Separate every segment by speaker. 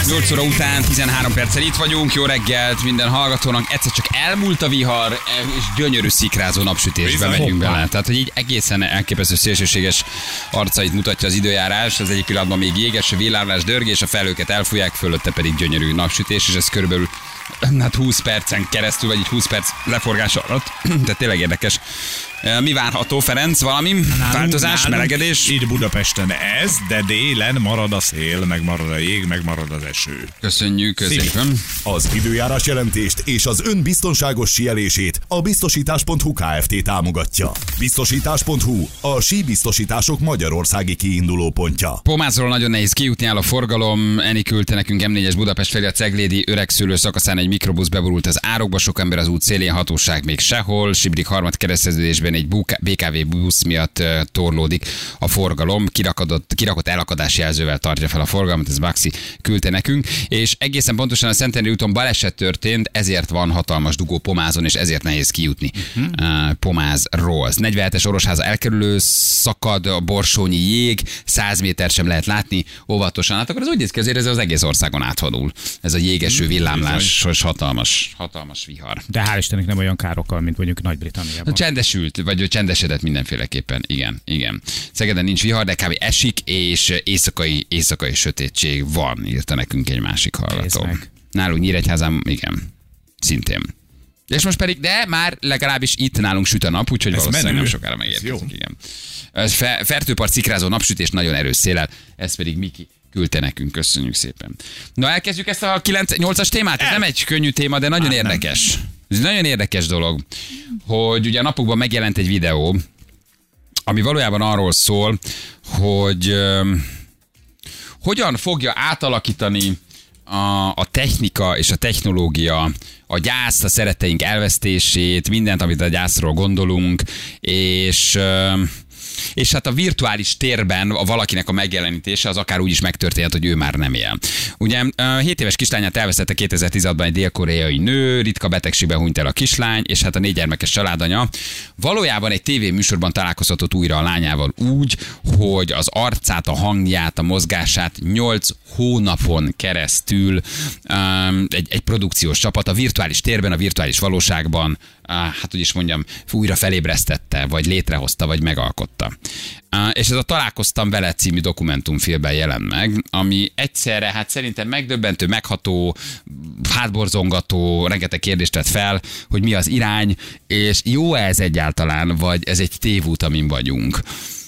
Speaker 1: 8 óra után 13 perccel itt vagyunk, jó reggelt minden hallgatónak, egyszer csak elmúlt a vihar, és gyönyörű szikrázó napsütésbe megyünk bele. Tehát, hogy így egészen elképesztő szélsőséges arcait mutatja az időjárás, az egyik pillanatban még jéges, villámlás, dörgés, a felhőket elfújják, fölötte pedig gyönyörű napsütés, és ez körülbelül 20 percen keresztül, vagy így 20 perc leforgás alatt, tehát tényleg érdekes. Mi várható, Ferenc? Valami változás, melegedés?
Speaker 2: Itt Budapesten ez, de délen marad a szél, meg marad a jég, meg marad az eső.
Speaker 1: Köszönjük szépen.
Speaker 3: Az időjárás jelentést és az ön biztonságos síelését a Biztosítás.hu Kft. Támogatja. Biztosítás.hu, a síbiztosítások magyarországi kiinduló pontja.
Speaker 1: Pomázról nagyon nehéz kijutni, áll a forgalom. Eni küldte nekünk M4-es Budapest felé a Ceglédi öregszülő szakaszán egy mikrobusz beborult az árokba, sok ember az út szélén, hatóság még sehol. Sibrik harmad kereszteződésben egy BKV busz miatt torlódik a forgalom, kirakott elakadási jelzővel tartja fel a forgalmat, ez Baxi küldte nekünk, és egészen pontosan a Szentendrei úton baleset történt, ezért van hatalmas dugó Pomázon, és ezért nehéz kijutni Pomázról. 47-es Orosháza elkerülő szakad, a borsónyi jég, 100 méter sem lehet látni, óvatosan. Hát akkor az úgy néz ki, azért ez az egész országon áthadul. Ez a jégeső villámlásos hatalmas vihar.
Speaker 4: De hál' Istennek nem olyan károkkal, mint mondjuk Nagy-Britanniában.
Speaker 1: Csendesült, vagy csendesedett mindenféleképpen, igen. Szegeden nincs vihar, de kb. Esik, és éjszakai sötétség van, írta nekünk egy másik hallgató. Nálunk Nyíregyházán, igen, szintén. És most pedig, de már legalábbis itt nálunk süt a nap, úgyhogy valószínűleg nem sokára megérkezik, igen. Fertőpart szikrázó napsütés nagyon erős széllel, ez pedig Miki küldte nekünk, köszönjük szépen. Na, elkezdjük ezt a 8-as témát, ez nem egy könnyű téma, de nagyon érdekes. Ez egy nagyon érdekes dolog, hogy ugye a napokban megjelent egy videó, ami valójában arról szól, hogy hogyan fogja átalakítani a technika és a technológia a gyászt, a szeretteink elvesztését, mindent, amit a gyászról gondolunk, és hát a virtuális térben valakinek a megjelenítése az akár úgy is megtörténhet, hogy ő már nem él. Ugye 7 éves kislányát elvesztette 2016-ban egy dél-koreai nő, ritka betegségben hunyt el a kislány, és hát a 4 gyermekes családanya valójában egy tévéműsorban találkozhatott újra a lányával úgy, hogy az arcát, a hangját, a mozgását 8 hónapon keresztül egy produkciós csapat a virtuális térben, a virtuális valóságban, hát úgy is mondjam, újra felébresztette, vagy létrehozta, vagy megalkotta. És ez a Találkoztam vele című dokumentumfilmben jelent meg, ami egyszerre, hát szerintem megdöbbentő, megható, hátborzongató, rengeteg kérdést tett fel, hogy mi az irány, és jó-e ez egyáltalán, vagy ez egy tévút, amin vagyunk.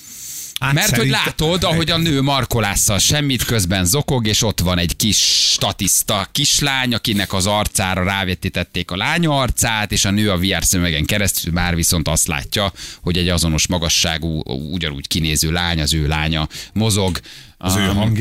Speaker 1: Mert hogy látod, ahogy a nő markolásszal semmit, közben zokog, és ott van egy kis statiszta kislány, akinek az arcára rávetítették a lánya arcát, és a nő a VR szemüvegen keresztül már viszont azt látja, hogy egy azonos magasságú, ugyanúgy kinéző lány, az ő lánya mozog.
Speaker 2: Az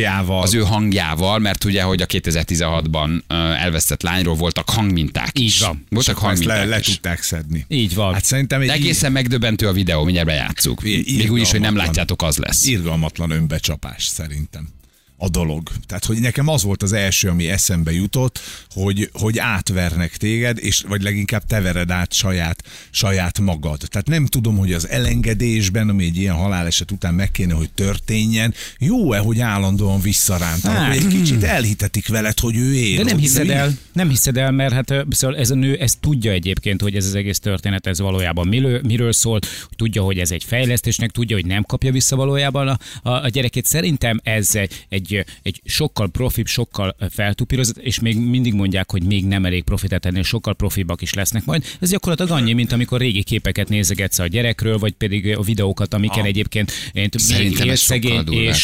Speaker 2: ő hangjával, mert ugye, hogy a 2016-ban elvesztett lányról voltak hangminták is.
Speaker 4: Így van.
Speaker 1: Voltak hangminták
Speaker 2: le tudták szedni.
Speaker 4: Így van.
Speaker 2: Hát szerintem
Speaker 1: egészen megdöbbentő a videó, mindjárt bejátsszuk. Még úgy is, hogy nem látjátok, az lesz.
Speaker 2: Irgalmatlan önbecsapás szerintem a dolog. Tehát, hogy nekem az volt az első, ami eszembe jutott, hogy átvernek téged, és vagy leginkább te vered át saját magad. Tehát nem tudom, hogy az elengedésben, ami egy ilyen haláleset után meg kéne, hogy történjen, jó-e, hogy állandóan visszarántanak, hogy egy kicsit elhitetik veled, hogy ő él.
Speaker 4: De nem hiszed el, mert hát szóval ez a nő ezt tudja egyébként, hogy ez az egész történet, ez valójában miről szól, tudja, hogy ez egy fejlesztésnek, tudja, hogy nem kapja vissza valójában a gyerekét. Szerintem ez egy sokkal profibb, sokkal feltupírozott, és még mindig mondják, hogy még nem elég profi, tehát ennél sokkal profibbak is lesznek majd. Ez gyakorlatilag annyi, mint amikor régi képeket nézegetsz a gyerekről, vagy pedig a videókat, amiken egyébként még él szegény,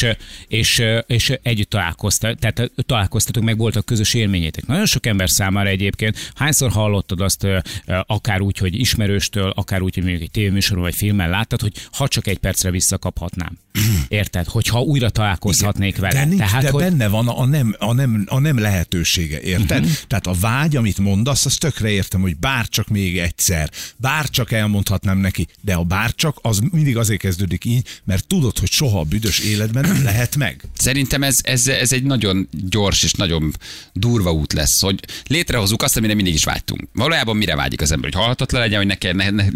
Speaker 4: és együtt találkoztatok, meg voltak közös élményétek. Nagyon sok ember számára egyébként, hányszor hallottad azt, akár úgy, hogy ismerőstől, akár úgy, hogy mondjuk egy tévéműsoron vagy filmen láttad, hogy ha csak egy percre visszakaphatnám. Érted? Hogyha újra találkozhatnék vele.
Speaker 2: De benne van a nem lehetősége, érted? Tehát a vágy, amit mondasz, azt tökre értem, hogy bárcsak még egyszer, bárcsak elmondhatnám neki, de a bárcsak az mindig azért kezdődik így, mert tudod, hogy soha a büdös életben nem lehet meg.
Speaker 1: Szerintem ez egy nagyon gyors és nagyon durva út lesz, hogy létrehozzuk azt, amire mindig is vágytunk. Valójában mire vágyik az ember, hogy halhatatlan legyen, hogy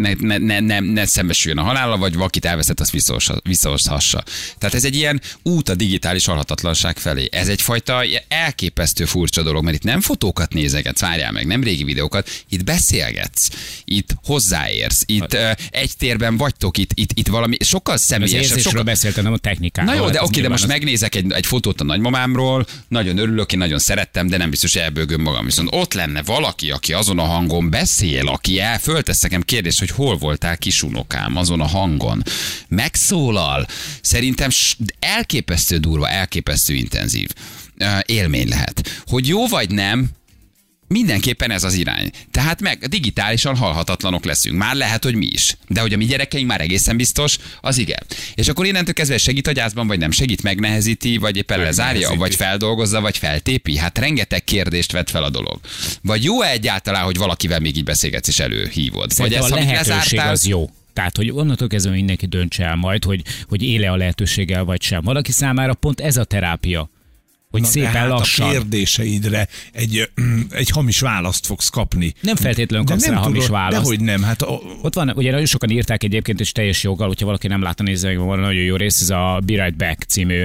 Speaker 1: ne szembesüljön a halállal, vagy valakit elveszett, azt visszahozhassa. Tehát ez egy ilyen út a digitális halhatatlan valótlanság felé. Ez egyfajta elképesztő furcsa dolog, mert itt nem fotókat nézegetsz, várjál meg, nem régi videókat, itt beszélgetsz, itt hozzáérsz, itt egy térben vagytok, itt valami sokkal személyesebb.
Speaker 4: Az érzésről beszéltem, nem a technikáról.
Speaker 1: Na jó, de oké, de most megnézek egy fotót a nagymamámról, nagyon örülök, én nagyon szerettem, de nem biztos, hogy elbőgöm magam. Viszont ott lenne valaki, aki azon a hangon beszél, aki föltesz nekem kérdést, hogy hol voltál, kisunokám, azon a hangon. Megszólal. Szerintem elképesztő durva, elképesztő intenzív élmény lehet. Hogy jó vagy nem, mindenképpen ez az irány. Tehát meg digitálisan halhatatlanok leszünk. Már lehet, hogy mi is. De hogy a mi gyerekeink már egészen biztos, az igen. És akkor innentől kezdve segít a gyászban, vagy nem segít, megnehezíti, vagy éppen lezárja, vagy feldolgozza, vagy feltépi. Hát rengeteg kérdést vet fel a dolog. Vagy jó egyáltalán, hogy valakivel még így beszélgetsz és előhívod.
Speaker 4: Szerintem
Speaker 1: vagy
Speaker 4: a lehetőség az jó. Tehát, hogy onnantól kezdve mindenki döntse el majd, hogy éle a lehetőséggel vagy sem. Valaki számára pont ez a terápia. Hogy szépen lassan.
Speaker 2: A kérdéseidre egy hamis választ fogsz kapni.
Speaker 4: Nem feltétlenül kapsz rá hamis választ.
Speaker 2: Dehogy nem. Hát
Speaker 4: ott van, ugye nagyon sokan írták egyébként, és teljes joggal, hogyha valaki nem látta, nézze meg, van nagyon jó rész, ez a Be Right Back című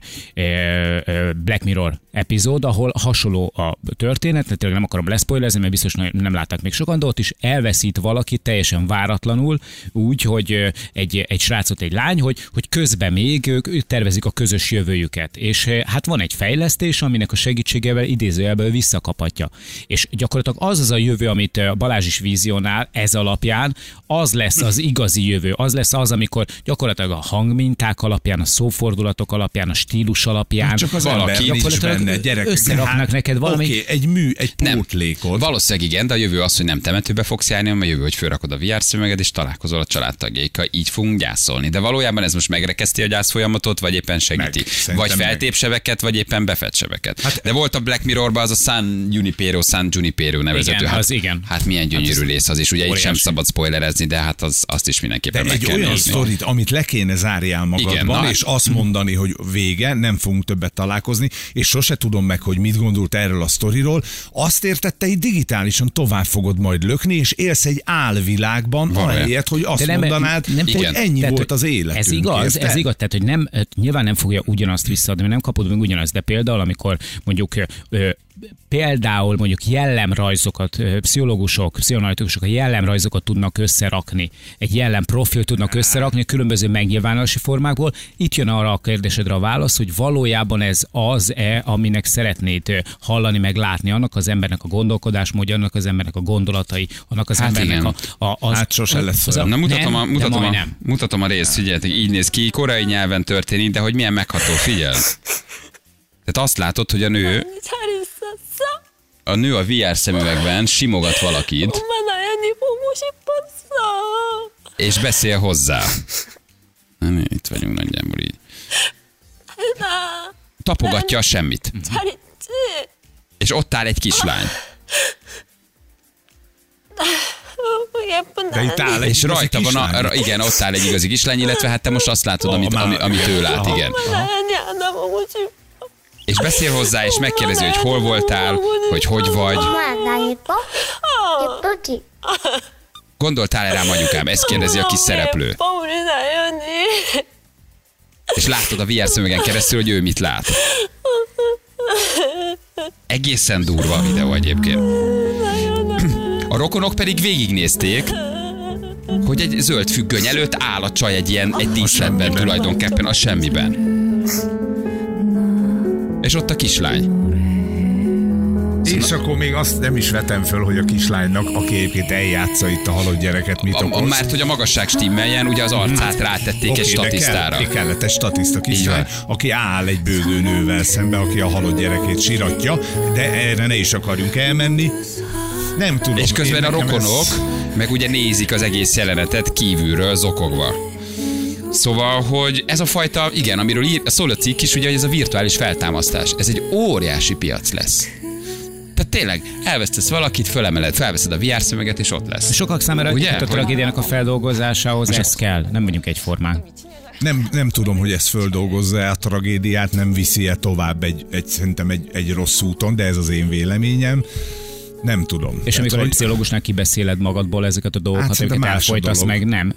Speaker 4: Black Mirror epizód, ahol hasonló a történet, tényleg nem akarom leszpoilezni, mert biztos nem látták még sokan, de ott is elveszít valaki teljesen váratlanul, úgy, hogy egy srácot, egy lány, hogy közben még ők tervezik a közös jövőjüket. És hát van egy fejlesztés, aminek a segítségével idézőjelből visszakaphatja. És gyakorlatilag az a jövő, amit Balázs is vizionál, ez alapján, az lesz az igazi jövő. Az lesz az, amikor gyakorlatilag a hangminták alapján, a szófordulatok alapján, a stílus alapján.
Speaker 2: Csak az valaki nincs benne, gyerek.
Speaker 4: Összeraknak neked valami.
Speaker 2: Oké, egy pótlékot.
Speaker 1: Valószínűleg igen, de a jövő az, hogy nem temetőbe fogsz járni, hanem a jövő, hogy fölrakod a VR szemüveget és találkozol a családtagjaikkal. Így fogunk gyászolni. De valójában ez most megrekeszti a gyász folyamatot, vagy éppen segíti. Vagy feltépsebeket, vagy éppen befedtsebeket. Hát, de volt a Black Mirrorban az a San Junipero nevezető.
Speaker 4: Igen, az igen.
Speaker 1: Hát milyen gyönyörű rész az is. Ugye itt sem szabad spoilerezni, de hát azt is mindenképpen meg kell
Speaker 2: nézni. Egy olyan
Speaker 1: nézni.
Speaker 2: sztorit, amit le kéne zárjál magadban, és azt mondani, hogy vége, nem fogunk többet találkozni, és sose tudom meg, hogy mit gondolt erről a sztoriról, azt értette, hogy digitálisan tovább fogod majd lökni, és élsz egy álvilágban, ahelyett, hogy azt mondanád, hogy ennyi volt az életünk.
Speaker 4: Ez igaz, tehát hogy nem, nyilván nem fogja ugyanazt visszaadni, mert nem kapod meg ugyanazt, de például, amikor mondjuk jellemrajzokat, pszichológusok, pszichoanalitikusok a jellemrajzokat tudnak összerakni, egy jellemprofilt tudnak összerakni különböző megnyilvánulási formákból. Itt jön arra a kérdésedre a válasz, hogy valójában ez az-e, aminek szeretnéd hallani, meg látni, annak az embernek a gondolkodásmódja, annak az embernek a gondolatai, annak az embernek
Speaker 2: hát sosem lesz olyan.
Speaker 1: Mutatom a részt, figyeljetek, így néz ki, koreai nyelven történik, de hogy milyen megható, figyel. Tehát azt látod, hogy a nő a VR szemüvegben simogat valakit, és beszél hozzá. Nem, itt vagyunk nagyjából így. Tapogatja a semmit. És ott áll egy kislány.
Speaker 2: De itt áll
Speaker 1: és rajta van, igen, ott áll egy igazi kislány, illetve hát te most azt látod, amit ő lát, igen. És beszél hozzá, és megkérdezi, hogy hol voltál, hogy vagy. Gondoltál rám, anyukám? Ezt kérdezi a kis szereplő. És látod a VR szemüvegen keresztül, hogy ő mit lát. Egészen durva a videó egyébként. A rokonok pedig végignézték, hogy egy zöld függöny előtt áll a csaj egy díszletben tulajdonképpen a semmiben. És ott a kislány.
Speaker 2: És akkor még azt nem is vetem föl, hogy a kislánynak, aki egyébként eljátsza itt a halott gyereket, mit okoz.
Speaker 1: Mert hogy a magasság stimmeljen, ugye az arcát rátették egy statisztára.
Speaker 2: Kellett egy statiszta kislány, aki áll egy bőgő nővel szembe, aki a halott gyerekét siratja, de erre ne is akarjunk elmenni. Nem tudom.
Speaker 1: És közben a rokonok meg ugye nézik az egész jelenetet kívülről zokogva. Szóval, hogy ez a fajta, igen, amiről szól a cikk is, ugye, hogy ez a virtuális feltámasztás. Ez egy óriási piac lesz. Tehát tényleg, elvesztesz valakit, felveszed a VR szemüveget, és ott lesz.
Speaker 4: Sokak számára a tragédiának a feldolgozásához ez kell, nem vagyunk egyformán.
Speaker 2: Nem tudom, hogy ez földolgozza a tragédiát, nem viszi-e tovább szerintem egy rossz úton, de ez az én véleményem. Nem tudom.
Speaker 4: És amikor egy pszichológusnál kibeszéled magadból ezeket a dolgokat, amiket elfolytasz meg, nem.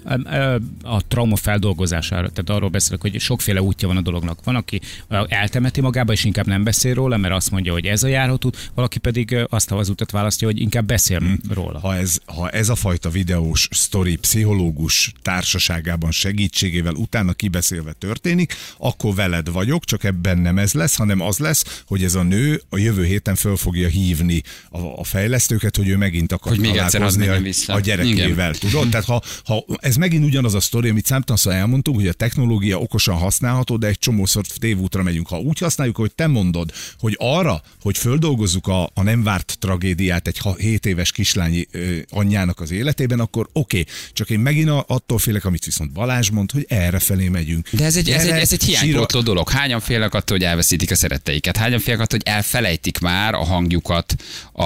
Speaker 4: A trauma feldolgozására, tehát arról beszélek, hogy sokféle útja van a dolognak. Van, aki eltemeti magába, és inkább nem beszél róla, mert azt mondja, hogy ez a járható, valaki pedig azt az utat választja, hogy inkább beszél róla.
Speaker 2: Ha ez a fajta videós sztori pszichológus társaságában segítségével utána kibeszélve történik, akkor veled vagyok, csak ebben nem ez lesz, hanem az lesz, hogy ez a nő a jövő héten föl fogja hívni a fejlesztőket, hogy ő megint akar találkozni a gyerekével. Igen. Tudod? Tehát ha ez megint ugyanaz a sztori, amit számtalanszor elmondtunk, hogy a technológia okosan használható, de egy csomószor tévútra megyünk. Ha úgy használjuk, hogy te mondod, hogy arra, hogy földolgozzuk a nem várt tragédiát egy 7 éves kislány anyjának az életében, akkor oké. Csak én megint attól félek, amit viszont Balázs mond, hogy errefelé megyünk.
Speaker 1: De ez egy hiánypótló dolog. Hányan félnek attól, hogy elveszítik a szeretteiket? Hányan félnek attól, hogy elfelejtik már a hangjukat,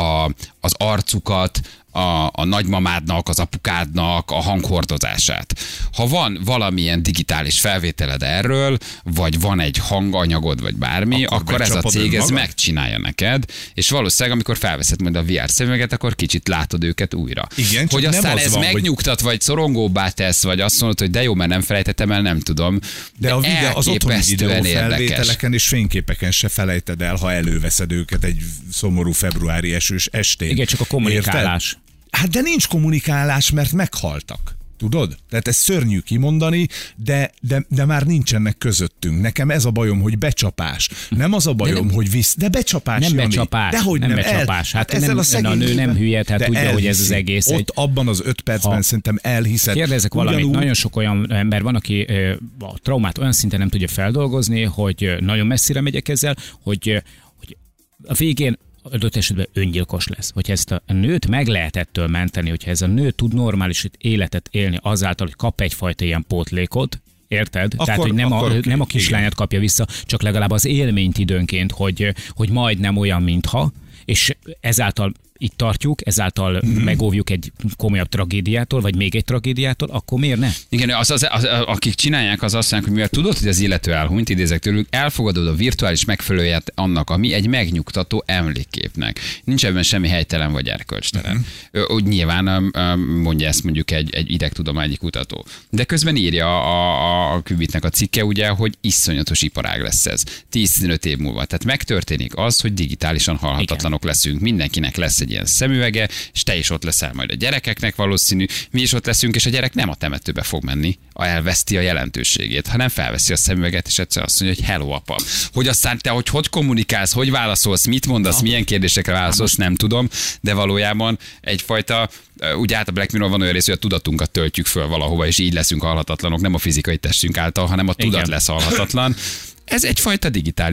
Speaker 1: az arcukat, a nagymamádnak, az apukádnak a hanghordozását. Ha van valamilyen digitális felvételed erről, vagy van egy hanganyagod, vagy bármi, akkor ez a cég ez megcsinálja neked, és valószínűleg, amikor felveszed majd a VR szemüveget, akkor kicsit látod őket újra.
Speaker 2: Igen,
Speaker 1: hogy aztán ez megnyugtat, vagy szorongóbbá tesz, vagy azt mondod, hogy de jó, mert nem felejtettem el, nem tudom.
Speaker 2: De az otthoni videófelvételeken és fényképeken se felejted el, ha előveszed őket egy szomorú februári esős estén.
Speaker 4: Igen, csak a kommunikálás.
Speaker 2: Érted? Hát de nincs kommunikálás, mert meghaltak. Tudod? Tehát ez szörnyű kimondani, de már nincsenek közöttünk. Nekem ez a bajom, hogy becsapás. Nem az a bajom, hogy de becsapás.
Speaker 4: Nem becsapás.
Speaker 2: Dehogy
Speaker 4: nem becsapás. Hát ezzel a nő nem hülye, tehát tudja, hogy ez az egész.
Speaker 2: Ott abban az 5 percben szerintem elhiszed.
Speaker 4: Kérdezek valamit. Nagyon sok olyan ember van, aki a traumát olyan szinten nem tudja feldolgozni, hogy nagyon messzire megyek ezzel, hogy a végén adott esetben öngyilkos lesz. Hogyha ezt a nőt meg lehet ettől menteni, hogyha ez a nő tud normális életet élni azáltal, hogy kap egyfajta ilyen pótlékot, érted?
Speaker 2: Akkor,
Speaker 4: tehát, hogy nem a kislányát kapja vissza, csak legalább az élményt időnként, hogy majdnem olyan, mintha, és ezáltal itt tartjuk, ezáltal megóvjuk egy komolyabb tragédiától, vagy még egy tragédiától, akkor miért ne?
Speaker 1: Igen, akik csinálják, az azt mondják, hogy mivel tudod, hogy az illető elhunyt, idézek tőlük, elfogadod a virtuális megfelelőjét annak, ami egy megnyugtató emlékképnek. Nincs ebben semmi helytelen vagy erkölcstelen. Úgy nyilván mondja ezt mondjuk egy idegtudományi kutató. De közben írja a Kübitnek a cikke, ugye, hogy iszonyatos iparág lesz ez. 10-15 év múlva. Tehát megtörténik az, hogy digitálisan halhatatlanok leszünk. Mindenkinek lesz egy ilyen szemüvege, és te is ott leszel majd a gyerekeknek valószínű, mi is ott leszünk, és a gyerek nem a temetőbe fog menni, elveszti a jelentőségét, hanem felveszi a szemüveget, és egyszer azt mondja, hogy hello apa. Hogy aztán te, hogy kommunikálsz, hogy válaszolsz, mit mondasz, milyen kérdésekre válaszolsz, nem tudom, de valójában egyfajta, úgy át a Black Mirror van olyan rész, hogy a tudatunkat töltjük föl valahova, és így leszünk halhatatlanok, nem a fizikai testünk által, hanem a tudat lesz halhatatlan. Ez egyfajta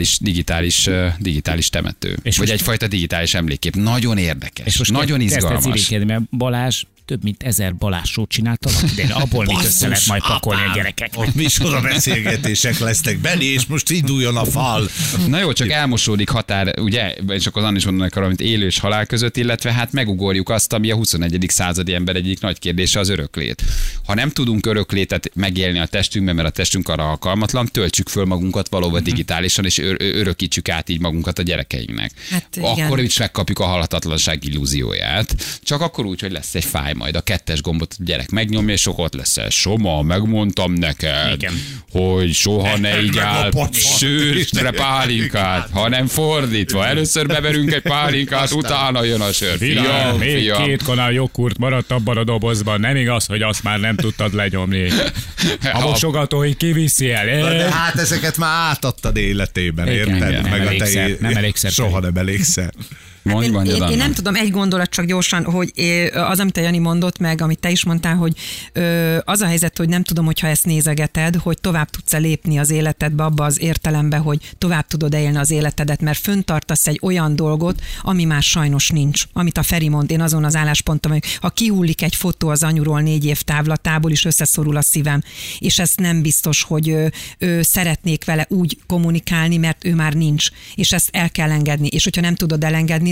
Speaker 1: digitális temető. És vagy egyfajta digitális emlékkép. Nagyon érdekes, és most nagyon izgalmas.
Speaker 4: Mert Balázs több mint 1000 Balázs-sót csináltam, de abból mit össze lehet majd pakolni a gyerekeknek.
Speaker 2: Ott micsoda beszélgetések lesznek belé, és most induljon a fal.
Speaker 1: Na jó, csak elmosódik határ, ugye, és akkor az is mondanak arra, mint élő és halál között, illetve hát megugorjuk azt, ami a 21. századi ember egyik nagy kérdése, az öröklét. Ha nem tudunk öröklétet megélni a testünkben, mert a testünk arra alkalmatlan, töltsük föl magunkat valóban digitálisan, és örökítsük át így magunkat a gyerekeinknek. Hát, akkor is megkapjuk a halhatatlanság illúzióját. Csak akkor úgy, hogy lesz egy fáj, majd a 2-es gombot a gyerek megnyomja, és ott lesz el. Soma, megmondtam neked, igen, hogy soha ne igyál sűrtre pálinkát, hanem fordítva. Először beverünk egy pálinkát, utána jön a sör.
Speaker 4: Fiam, még 2 kanál joghurt maradt abban a dobozban. Nem igaz, hogy azt már nem tudtad lenyomni. A mosogatói kiviszi el.
Speaker 2: De hát ezeket már átadtad életében, érted?
Speaker 4: Igen, nem elégszer.
Speaker 2: Soha nem elégszer.
Speaker 5: Én nem tudom, egy gondolat csak gyorsan, hogy az, amit a Jani mondott, meg amit te is mondtál, hogy az a helyzet, hogy nem tudom, hogyha ezt nézegeted, hogy tovább tudsz-e lépni az életedbe, abba az értelembe, hogy tovább tudod élni az életedet, mert föntartasz egy olyan dolgot, ami már sajnos nincs. Amit a Feri mond, én azon az álláspontom, hogy ha kihullik egy fotó az anyuról 4 év távlatából, is összeszorul a szívem, és ezt nem biztos, hogy szeretnék vele úgy kommunikálni, mert ő már nincs, és ezt el kell engedni, és hogyha nem tudod elengedni,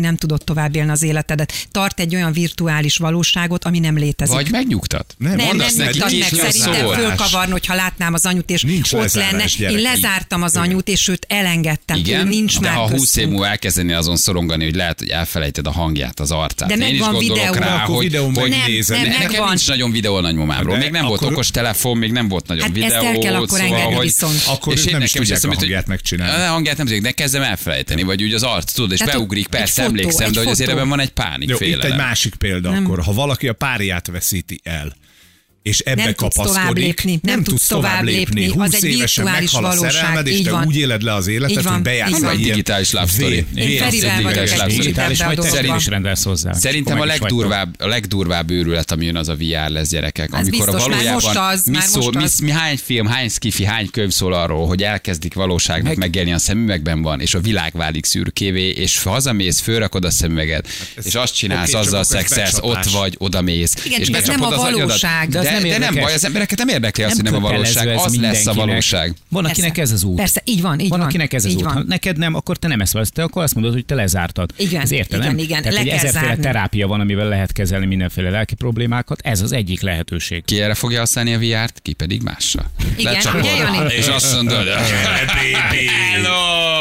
Speaker 5: nem tudod tovább élni az életedet. Tart egy olyan virtuális valóságot, ami nem létezik.
Speaker 1: Vagy megnyugtat.
Speaker 5: Nem
Speaker 1: Mondasz neki,
Speaker 5: nyugtat meg,
Speaker 1: kis
Speaker 5: szerintem
Speaker 1: szó.
Speaker 5: fölkavarni, hogyha látnám az anyut, és
Speaker 2: Nincs
Speaker 5: ott
Speaker 2: lezárás,
Speaker 5: lenne.
Speaker 2: gyerek.
Speaker 5: Én lezártam az anyut, és őt elengedtem.
Speaker 1: Igen,
Speaker 5: Ő nincs
Speaker 1: de
Speaker 5: már
Speaker 1: ha 20 év
Speaker 5: köztünk.
Speaker 1: múlva elkezdeni azon szorongani, hogy lehet, hogy elfelejted a hangját, az arcát.
Speaker 5: De
Speaker 1: Én is
Speaker 5: megvan
Speaker 1: gondolok
Speaker 5: videó.
Speaker 1: rá,
Speaker 2: Akkor
Speaker 1: hogy
Speaker 2: videón
Speaker 1: hogy
Speaker 2: megnézed.
Speaker 5: Nem,
Speaker 1: nekem
Speaker 5: megvan.
Speaker 1: nincs nagyon videó a nagymamámról.
Speaker 2: De
Speaker 1: Még nem volt
Speaker 2: akkor-
Speaker 1: okos telefon, még nem volt nagyon
Speaker 5: Hát ezt
Speaker 1: videó.
Speaker 5: el kell akkor engedni viszont.
Speaker 2: Akkor
Speaker 1: és
Speaker 2: ők
Speaker 1: én
Speaker 2: nem is
Speaker 1: nekem
Speaker 2: tudják
Speaker 1: azt mondom,
Speaker 2: a
Speaker 1: hogy-
Speaker 2: hangját megcsinálni.
Speaker 1: A hangját nem tudják, de kezdem elfelejteni, vagy úgy az arc, tudod, és
Speaker 5: Tehát
Speaker 1: beugrik,
Speaker 5: egy
Speaker 1: persze
Speaker 5: fotó,
Speaker 1: emlékszem,
Speaker 5: egy
Speaker 1: de hogy azért
Speaker 5: fotó.
Speaker 1: ebben van egy pánik,
Speaker 2: Jó, itt
Speaker 1: félelem.
Speaker 2: egy másik példa akkor. Ha valaki a párját veszíti el, és ebbe
Speaker 5: Nem tudsz
Speaker 2: kapaszkodik,
Speaker 5: tovább lépni, nem tudsz tovább lépni.
Speaker 2: 20
Speaker 5: Az egy
Speaker 2: évesen
Speaker 5: virtuális
Speaker 2: meghal a
Speaker 5: valóság,
Speaker 2: szerelmed, és
Speaker 5: így
Speaker 2: te
Speaker 5: van.
Speaker 2: úgy éled le az
Speaker 5: Így
Speaker 2: életet,
Speaker 5: van,
Speaker 2: hogy bejátsz
Speaker 5: így van.
Speaker 2: egy ilyen
Speaker 1: Digitális love story.
Speaker 5: Én Ferivel vagyok
Speaker 1: digitális
Speaker 5: egy
Speaker 1: love
Speaker 5: kicsit
Speaker 1: story.
Speaker 4: Digitális,
Speaker 5: ebbe a
Speaker 4: majd te
Speaker 5: dologban.
Speaker 4: is rendelsz hozzá.
Speaker 1: Szerintem
Speaker 4: Akkor
Speaker 1: a
Speaker 4: meg is vagytok.
Speaker 1: legdurvább őrület, ami jön, az a VR lesz, gyerekek.
Speaker 5: Az
Speaker 1: Amikor
Speaker 5: biztos,
Speaker 1: a
Speaker 5: már
Speaker 1: valójában
Speaker 5: most az, már most az.
Speaker 1: hány film, hány skifi, hány könyv szól arról, hogy elkezdik valóságnak megélni, a szemüvegben van, és a világ válik szürkévé, és hazamész, fölrakod a szemüveget, és azt csinálsz,
Speaker 2: oké, csak
Speaker 1: azzal
Speaker 2: akkor ez
Speaker 1: szexelsz, ott
Speaker 2: becsapás.
Speaker 1: vagy, odamész.
Speaker 5: Igen,
Speaker 1: és
Speaker 5: csak ez nem
Speaker 1: becsapod
Speaker 5: a
Speaker 1: az agyadat.
Speaker 5: valóság.
Speaker 4: De az nem
Speaker 1: De nem
Speaker 4: érdekes.
Speaker 1: baj, az embereket nem érdekli az, hogy nem a
Speaker 4: kötelező
Speaker 1: valóság,
Speaker 4: ez
Speaker 1: az lesz a
Speaker 4: mindenkinek.
Speaker 1: valóság.
Speaker 4: Van, akinek ez az út.
Speaker 5: Persze, így van, így
Speaker 4: Van,
Speaker 5: van.
Speaker 4: akinek ez az
Speaker 5: így
Speaker 4: út.
Speaker 5: van.
Speaker 4: Ha neked nem, akkor te nem ezt vagy, te akkor azt mondod, hogy te lezártad.
Speaker 5: Igen,
Speaker 4: ez értelem?
Speaker 5: igen,
Speaker 4: Tehát
Speaker 5: le
Speaker 4: egy
Speaker 5: kell
Speaker 4: ezerféle
Speaker 5: zárni.
Speaker 4: terápia van, amivel lehet kezelni mindenféle lelki problémákat. Ez az egyik lehetőség.
Speaker 1: Ki erre fogja használni a VR-t, ki pedig másra.
Speaker 5: Igen,
Speaker 1: Lecsapod,
Speaker 5: ugye, Jani?
Speaker 1: és azt mondod, hello!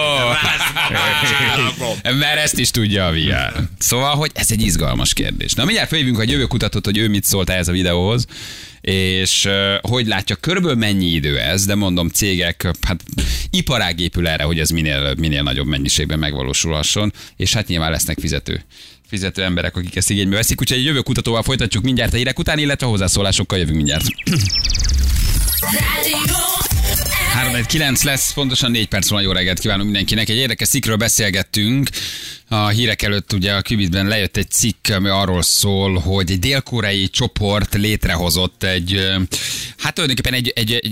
Speaker 1: Mert ezt is tudja a VR. Szóval, hogy ez egy izgalmas kérdés. Na, mindjárt feljövünk a jövőkutatót, hogy ő mit szólt ehhez a videóhoz, és hogy látja, körülbelül mennyi idő ez, de mondom, cégek, hát iparág épül erre, hogy ez minél nagyobb mennyiségben megvalósulhasson, és hát nyilván lesznek fizető emberek, akik ezt igénybe veszik, úgyhogy egy jövőkutatóval folytatjuk mindjárt a hírek után, illetve a hozzászólásokkal jövünk mindjárt. 3-9 lesz, pontosan 4 perc van, jó reggelt kívánunk mindenkinek. Egy érdekes cikkről beszélgettünk. A hírek előtt ugye a Kubitben lejött egy cikk, ami arról szól, hogy egy dél-koreai csoport létrehozott hát tulajdonképpen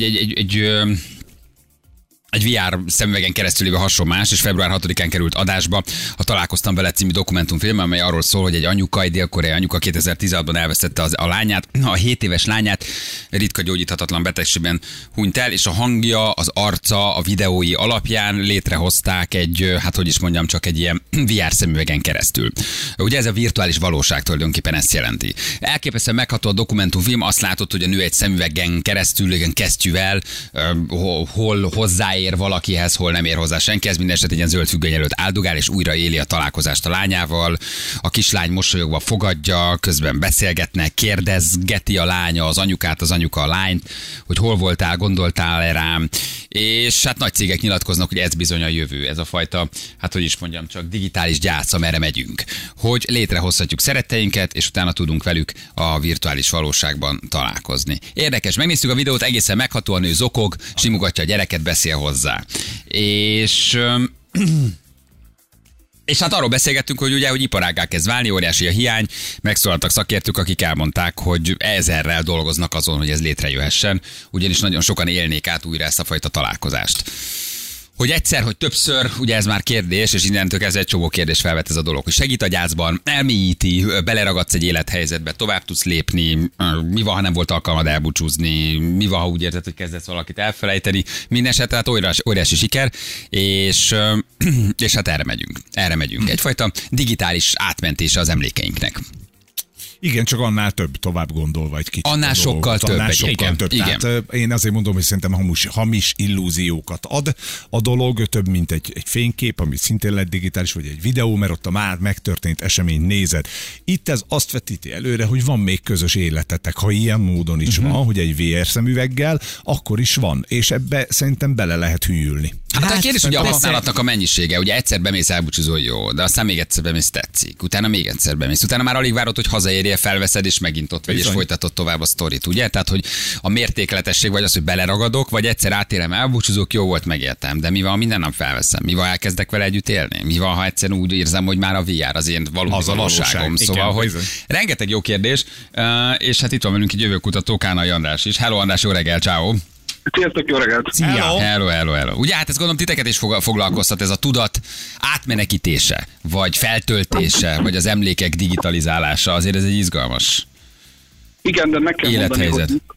Speaker 1: egy VR szemüvegen keresztül lévő hasonlás, és február 6-án került adásba a Találkoztam vele című dokumentumfilm, amely arról szól, hogy egy anyuka, egy dél-koreai anyuka 2016-ban elvesztette a lányát, a 7 éves lányát ritka gyógyíthatatlan betegségben hunyt el, és a hangja, az arca, a videói alapján létrehozták csak egy ilyen VR szemüvegen keresztül. Ugye ez a virtuális valóság tulajdonképpen ezt jelenti. Elképesztően megható a dokumentumfilm, azt látod, hogy a nő egy szemüvegen keresztül, igen, kesztyűvel, hol hozzáér valakihez, hol nem ér hozzá senki, ez minden eset egy ilyen zöld függöny előtt áldogál, és újra éli a találkozást a lányával. A kislány mosolyogva fogadja, közben beszélgetnek, kérdezgeti a lánya az anyukát, az anyuka a lányt, hogy hol voltál, gondoltál-e rám, és hát nagy cégek nyilatkoznak, hogy ez bizony a jövő, ez a fajta, csak digitális gyász, amerre megyünk. Hogy létrehozhatjuk szeretteinket, és utána tudunk velük a virtuális valóságban találkozni. Érdekes, megnéztük a videót, egészen megható, a nő zokog, simogatja a gyereket, beszél hozzá. És hát arról beszélgettünk, hogy ugye, hogy iparággá kezd válni, óriási a hiány, megszólaltak szakértők, akik elmondták, hogy ezerrel dolgoznak azon, hogy ez létrejöhessen, ugyanis nagyon sokan élnék át újra ezt a fajta találkozást. Hogy egyszer, hogy többször, ugye ez már kérdés, és innentől kezdve egy csomó kérdés felvet ez a dolog, hogy segít a gyászban, elmélyíti, beleragadsz egy élethelyzetbe, tovább tudsz lépni, mi van, ha nem volt alkalmad elbúcsúzni, mi van, ha úgy érzed, hogy kezdesz valakit elfelejteni, mindenesetre hát óriási siker, és hát erre megyünk. Egyfajta digitális átmentése az emlékeinknek.
Speaker 2: Igen, csak annál több, tovább gondolva egy kicsit.
Speaker 1: Annál sokkal több.
Speaker 2: Annál sokkal
Speaker 1: Igen,
Speaker 2: több.
Speaker 1: igen.
Speaker 2: Tehát én azért mondom, hogy szerintem hamis illúziókat ad a dolog, több mint egy fénykép, ami szintén lett digitális, vagy egy videó, mert ott a már megtörtént eseményt nézed. Itt ez azt vetíti előre, hogy van még közös életetek, ha ilyen módon is van, hogy egy VR szemüveggel, akkor is van, és ebbe szerintem bele lehet hűlni.
Speaker 1: Hát a kérdés, hogy a
Speaker 5: persze.
Speaker 1: használatnak a mennyisége, ugye egyszer bemész, elbúcsúzol, jó, de aztán még egyszer bemész, tetszik, utána még egyszer bemész, utána már alig várod, hogy hazaérjél, felveszed, és megint ott vagy, és folytatod tovább a sztorit, ugye? Tehát, hogy a mértékletesség vagy az, hogy beleragadok, vagy egyszer átélem, elbúcsúzok, jó volt, megéltem, de mi van, ha minden nap felveszem? Mi van, ha elkezdek vele együtt élni? Mi van, ha egyszer úgy érzem, hogy már a VR az én valóságom? Szóval,
Speaker 2: igen,
Speaker 1: hogy
Speaker 2: bizony.
Speaker 1: rengeteg jó kérdés, és hát itt van velünk egy jövőkutató, Kánai András is. Hello András, jó reggel, ciao.
Speaker 6: Sziasztok, jó reggelt!
Speaker 1: Hello. Ugye hát ezt gondolom titeket is foglalkoztat ez a tudat átmenekítése, vagy feltöltése, vagy az emlékek digitalizálása. Azért ez egy izgalmas
Speaker 6: Igen, de meg kell mondani,
Speaker 1: élethelyzet.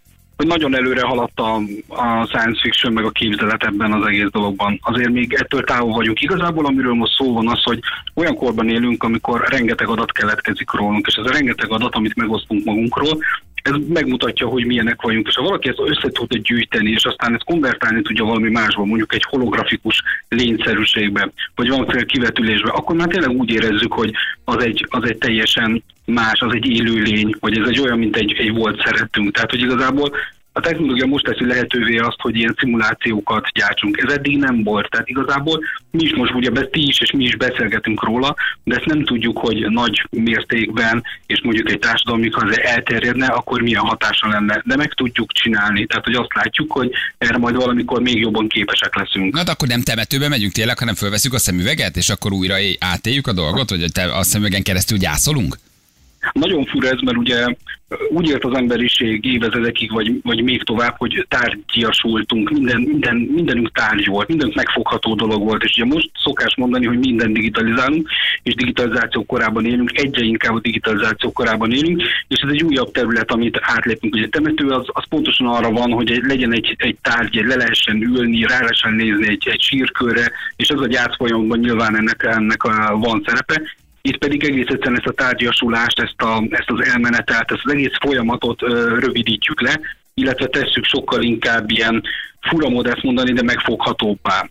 Speaker 6: nagyon előre haladt a science fiction meg a képzelet ebben az egész dologban. Azért még ettől távol vagyunk. Igazából amiről most szó van az, hogy olyan korban élünk, amikor rengeteg adat keletkezik rólunk, és ez a rengeteg adat, amit megosztunk magunkról, ez megmutatja, hogy milyenek vagyunk, és ha valaki ezt össze tudja gyűjteni, és aztán ezt konvertálni tudja valami másba, mondjuk egy holografikus lényszerűségbe, vagy valamiféle kivetülésbe, akkor már tényleg úgy érezzük, hogy az egy teljesen más, az egy élő lény, vagy ez egy olyan, mint egy volt szerettünk. Tehát, hogy igazából a technológia most teszi lehetővé azt, hogy ilyen szimulációkat gyártsunk. Ez eddig nem volt. Tehát igazából mi is most ugye ti is és mi is beszélgetünk róla, de ezt nem tudjuk, hogy nagy mértékben, és mondjuk egy társadalom, ha ez elterjedne, akkor milyen hatása lenne. De meg tudjuk csinálni. Tehát, hogy azt látjuk, hogy erre majd valamikor még jobban képesek leszünk.
Speaker 1: Na, de akkor nem temetőbe megyünk tényleg, hanem fölveszünk a szemüveget, és akkor újra átéljük a dolgot, hogy a szemüvegen keresztül gyászolunk?
Speaker 6: Nagyon fura ez, mert ugye úgy élt az emberiség évezredekig, vagy még tovább, hogy tárgyiasultunk, mindenünk tárgy volt, mindenünk megfogható dolog volt, és ugye most szokás mondani, hogy minden digitalizálunk, és digitalizáció korában élünk, egyre inkább a digitalizáció korában élünk, és ez egy újabb terület, amit átlépünk. Ugye a temető az pontosan arra van, hogy legyen egy tárgy, le lehessen ülni, rá lehessen nézni egy sírkörre, és ez a gyász folyamatban nyilván ennek van szerepe. Itt pedig egész egyszerűen ezt a tárgyasulást, ezt az elmenetelt, ezt az egész folyamatot rövidítjük le, illetve tesszük sokkal inkább ilyen fura mód ezt mondani, de megfoghatóbbá.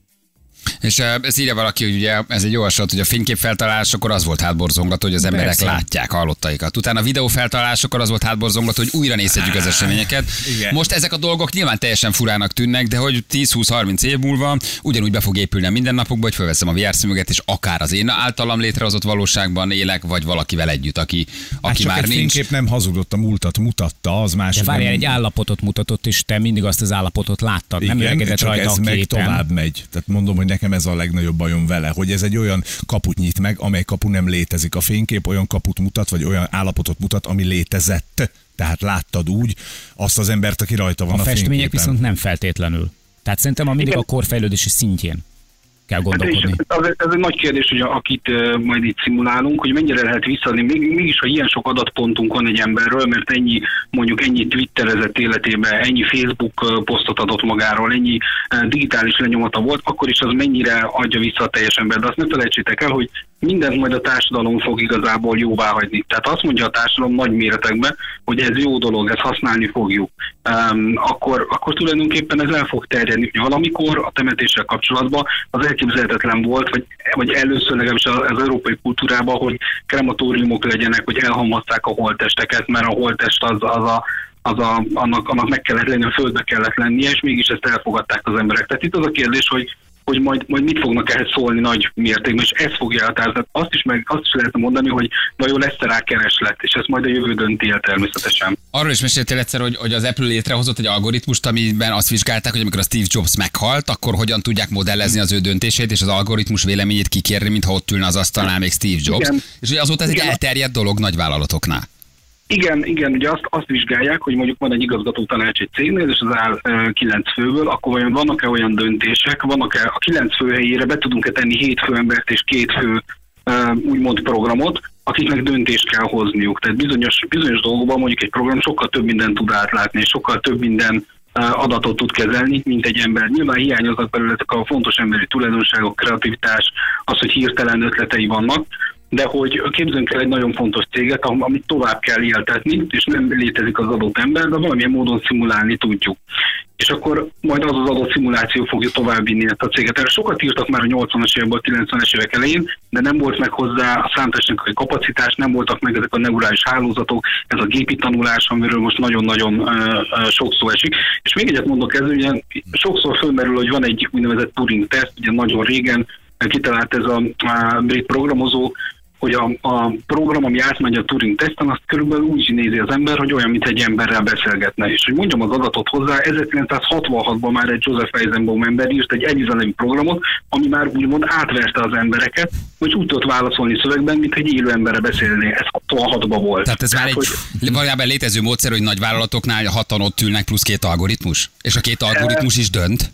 Speaker 1: És ez írja valaki, hogy ugye ez egy jó hasonlat, hogy a fényképfeltalálásokor az volt hátborzongató, hogy az emberek
Speaker 4: Persze.
Speaker 1: látják hallottaikat. Utána a videófeltalálásokor az volt hátborzongató, hogy újra nézhetjük az eseményeket.
Speaker 2: Igen.
Speaker 1: Most ezek a dolgok nyilván teljesen furának tűnnek, de hogy 10-20-30 év múlva ugyanúgy be fog épülni a mindennapokba, hogy fölveszem a VR szemüveget, és akár az én általam létrehozott valóságban élek, vagy valakivel együtt, aki
Speaker 2: Csak
Speaker 1: már
Speaker 2: egy
Speaker 1: nincs.
Speaker 2: fénykép nem hazudott, a múltat mutatta, az más.
Speaker 4: De várjál, egy állapotot mutatott, és te mindig azt az állapotot láttad, nem
Speaker 2: Igen,
Speaker 4: öregedett
Speaker 2: csak
Speaker 4: rajta
Speaker 2: ez
Speaker 4: a
Speaker 2: meg
Speaker 4: képen.
Speaker 2: tovább megy. Tehát mondom, hogy nekem ez a legnagyobb bajom vele, hogy ez egy olyan kaput nyit meg, amely kapu nem létezik. A fénykép olyan kaput mutat, vagy olyan állapotot mutat, ami létezett. Tehát láttad úgy azt az embert, aki rajta van
Speaker 4: A
Speaker 2: a
Speaker 4: festmények
Speaker 2: fényképen.
Speaker 4: viszont nem feltétlenül. Tehát szerintem mindig
Speaker 6: Igen.
Speaker 4: a korfejlődési szintjén kell gondolkodni.
Speaker 6: Ez egy nagy kérdés, hogy akit majd itt szimulálunk, hogy mennyire lehet visszaadni, mégis, ha ilyen sok adatpontunk van egy emberről, mert ennyi twitterezett életében, ennyi Facebook posztot adott magáról, ennyi digitális lenyomata volt, akkor is az mennyire adja vissza a teljes ember. De azt ne felejtsétek el, hogy mindent majd a társadalom fog igazából jóvá hagyni. Tehát azt mondja a társadalom nagy méretekben, hogy ez jó dolog, ezt használni fogjuk. Akkor tulajdonképpen ez el fog terjedni. Valamikor a temetéssel kapcsolatban az elképzelhetetlen volt, vagy először legalábbis az európai kultúrában, hogy krematóriumok legyenek, hogy elhamvaszták a holttesteket, mert a holttest annak meg kellett lenni, a földbe kellett lennie, és mégis ezt elfogadták az emberek. Tehát itt az a kérdés, hogy majd mit fognak ehhez szólni nagy mértékben, és ez fogja eltázni. Azt is lehetne mondani, hogy vajon lesz rá kereslet, és ezt majd a jövő dönti el természetesen.
Speaker 1: Arról is meséltél egyszer, hogy az Apple létrehozott egy algoritmust, amiben azt vizsgálták, hogy amikor a Steve Jobs meghalt, akkor hogyan tudják modellezni az ő döntését, és az algoritmus véleményét kikérni, mintha ott ülne az asztalnál még Steve Jobs.
Speaker 6: Igen.
Speaker 1: És hogy azóta ez egy
Speaker 6: Igen.
Speaker 1: elterjedt dolog nagyvállalatoknál.
Speaker 6: Igen, ugye azt vizsgálják, hogy mondjuk van egy igazgató tanács egy cégnél, és az áll 9 főből, akkor vannak-e olyan döntések, vannak-e a 9 fő helyére be tudunk-e tenni 7 főembert és 2 fő úgymond programot, akiknek döntést kell hozniuk. Tehát bizonyos dolgokban mondjuk egy program sokkal több mindent tud átlátni, és sokkal több minden adatot tud kezelni, mint egy ember. Nyilván hiányoznak belőle ezek a fontos emberi tulajdonságok, kreativitás, az, hogy hirtelen ötletei vannak, de hogy képzeljünk el egy nagyon fontos céget, amit tovább kell éltetni, és nem létezik az adott ember, de valamilyen módon szimulálni tudjuk. És akkor majd az adott szimuláció fogja továbbvinni ezt a céget. Erre sokat írtak már a 80-as években, a 90-es évek elején, de nem volt meg hozzá a számítástechnikai kapacitás, nem voltak meg ezek a neurális hálózatok, ez a gépi tanulás, amiről most nagyon-nagyon sok szó esik. És még egyet mondok, ez ugye sokszor fölmerül, hogy van egy úgynevezett Turing-teszt, ugye nagyon régen kitalált ez a brit programozó, hogy a program, ami átmegy a Turing-teszten, azt körülbelül úgy nézi az ember, hogy olyan, mint egy emberrel beszélgetne. És hogy mondjam az adatot hozzá, 1966-ban már egy Joseph Eisenbaum ember írt egy Eliza nevű programot, ami már úgymond átverte az embereket, hogy úgy tudott válaszolni szövegben, mint egy élő emberre beszélni. Ez 66-ban volt.
Speaker 1: Tehát ez már egy valójában létező módszer, hogy nagy vállalatoknál 6-an ott ülnek plusz 2 algoritmus, és a 2 algoritmus is dönt.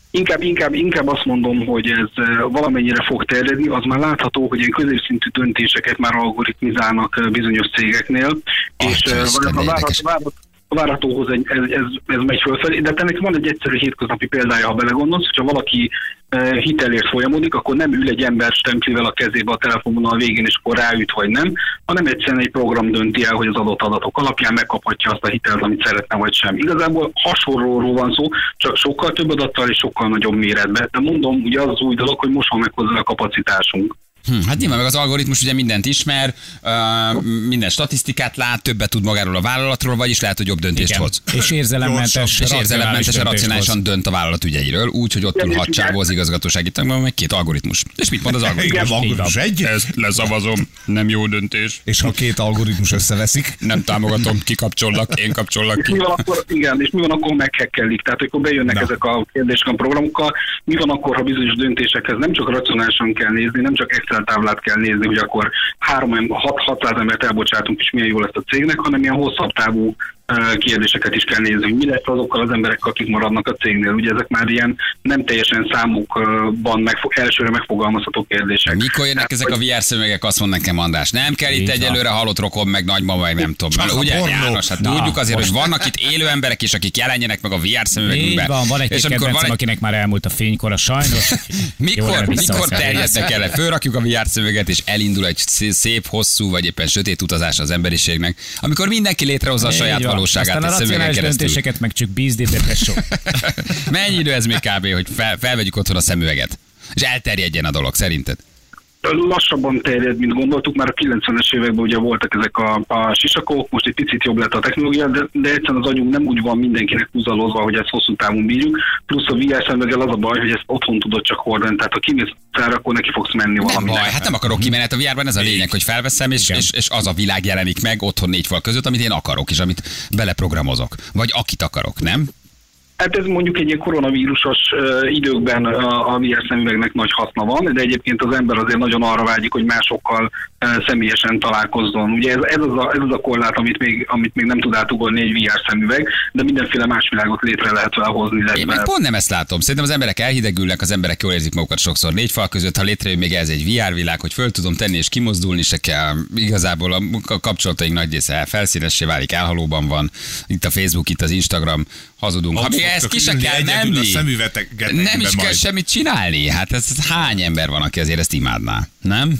Speaker 6: Inkább azt mondom, hogy ez valamennyire fog terjedni, az már látható, hogy ilyen középszintű döntéseket már algoritmizálnak bizonyos cégeknél, és a várhatóhoz ez megy fölfelé, de ennek van egy egyszerű hétköznapi példája, ha belegondolsz, hogyha valaki hitelért folyamodik, akkor nem ül egy ember stemplivel a kezébe a telefonvonal végén, és akkor ráüt vagy nem, hanem egyszerűen egy program dönti el, hogy az adott adatok alapján megkaphatja azt a hitelt, amit szeretne vagy sem. Igazából hasonlóról van szó, csak sokkal több adattal és sokkal nagyobb méretben. De mondom, ugye az az új dolog, hogy most van meg hozzá a kapacitásunk.
Speaker 1: Hát nyilván meg az algoritmus ugye mindent ismer, minden statisztikát lát, többet tud magáról a vállalatról, vagyis lehet, hogy jobb döntést hoz.
Speaker 4: És érzelemmentes,
Speaker 1: racionálisan dönt a vállalat ügyeiről, úgy, hogy ott ül 6 csávó az igazgatósági tagban, meg 2 algoritmus. És mit mond az algoritmus?
Speaker 2: Igen, algoritmus egy.
Speaker 1: Ezt leszavazom, nem jó döntés.
Speaker 2: És ha 2 algoritmus összeveszik?
Speaker 1: Nem támogatom, kikapcsollak, én kapcsollak ki.
Speaker 6: És mi van akkor meghekkelik? Tehát akkor bejönnek ezek a kérdések a programokkal. Mi van akkor, ha bizonyos döntésekhez nem csak racionálisan kell nézni, nem csak Excel táblát kell nézni, hogy akkor 600 embert elbocsátunk, és milyen jó lesz a cégnek, hanem ilyen hosszabb távú kérdéseket is kell nézni, hogy mi lesz azokkal az emberekkel, akik maradnak a cégnél. Ugye ezek már ilyen nem teljesen számukban elsőre megfogalmazható kérdések.
Speaker 1: Mikor jönnek ezek a VR szemüvegek, azt mond nekem András. Nem kell itt egyelőre halott rokon, meg nagymama, meg nem tudom. Ugye, János, hát tudjuk azért, hogy vannak itt élő emberek is, akik jelenjenek meg a VR szemüvegükben.
Speaker 4: Van egy kedvencem, akinek már elmúlt a fénykora, sajnos.
Speaker 1: Mikor terjednek el? Fölrakjuk a VR szemüveget, és elindul egy szép, hosszú, vagy éppen sötét utazás az emberiségnek, amikor mindenki létrehozza a saját valóságát.
Speaker 4: Aztán a racionális döntéseket meg csak bízdítetve sok.
Speaker 1: Mennyi idő ez még kb., hogy felvegyük otthon a szemüveget? És elterjedjen a dolog, szerinted?
Speaker 6: Lassabban terjed, mint gondoltuk, már a 90-es években ugye voltak ezek a sisakok, most egy picit jobb lett a technológia, de egyszerűen az agyunk nem úgy van mindenkinek húzalozva, hogy ezt hosszú távon bírjuk, plusz a VR szemüveggel az a baj, hogy ezt otthon tudod csak hordani, tehát ha kimész utcára, akkor neki fogsz menni valami.
Speaker 1: Nem baj, hát nem akarok kimenni, a VR-ban ez a lényeg, hogy felveszem, és az a világ jelenik meg otthon 4 fal között, amit én akarok, és amit beleprogramozok, vagy akit akarok, nem?
Speaker 6: Hát ez mondjuk egy ilyen koronavírusos időkben a VR szemüvegnek nagy haszna van, de egyébként az ember azért nagyon arra vágyik, hogy másokkal személyesen találkozzon. Ugye ez az a korlát, amit még nem tud átugolni egy VR szemüveg, de mindenféle más világot létre lehet vele hozni.
Speaker 1: Én meg pont nem ezt látom. Szerintem az emberek elhidegülnek, az emberek jól érzik magukat sokszor 4 fal között, ha létrejön még ez egy VR világ, hogy föl tudom tenni és kimozdulni se kell. Igazából a kapcsolataink nagy része felszínessé válik, elhalóban van. Itt a Facebook, itt az Instagram, hazudunk. Ha még ezt ki se kell menni, nem is kell semmit csinálni. Hát ez hány ember van, aki azért ezt imádná, nem?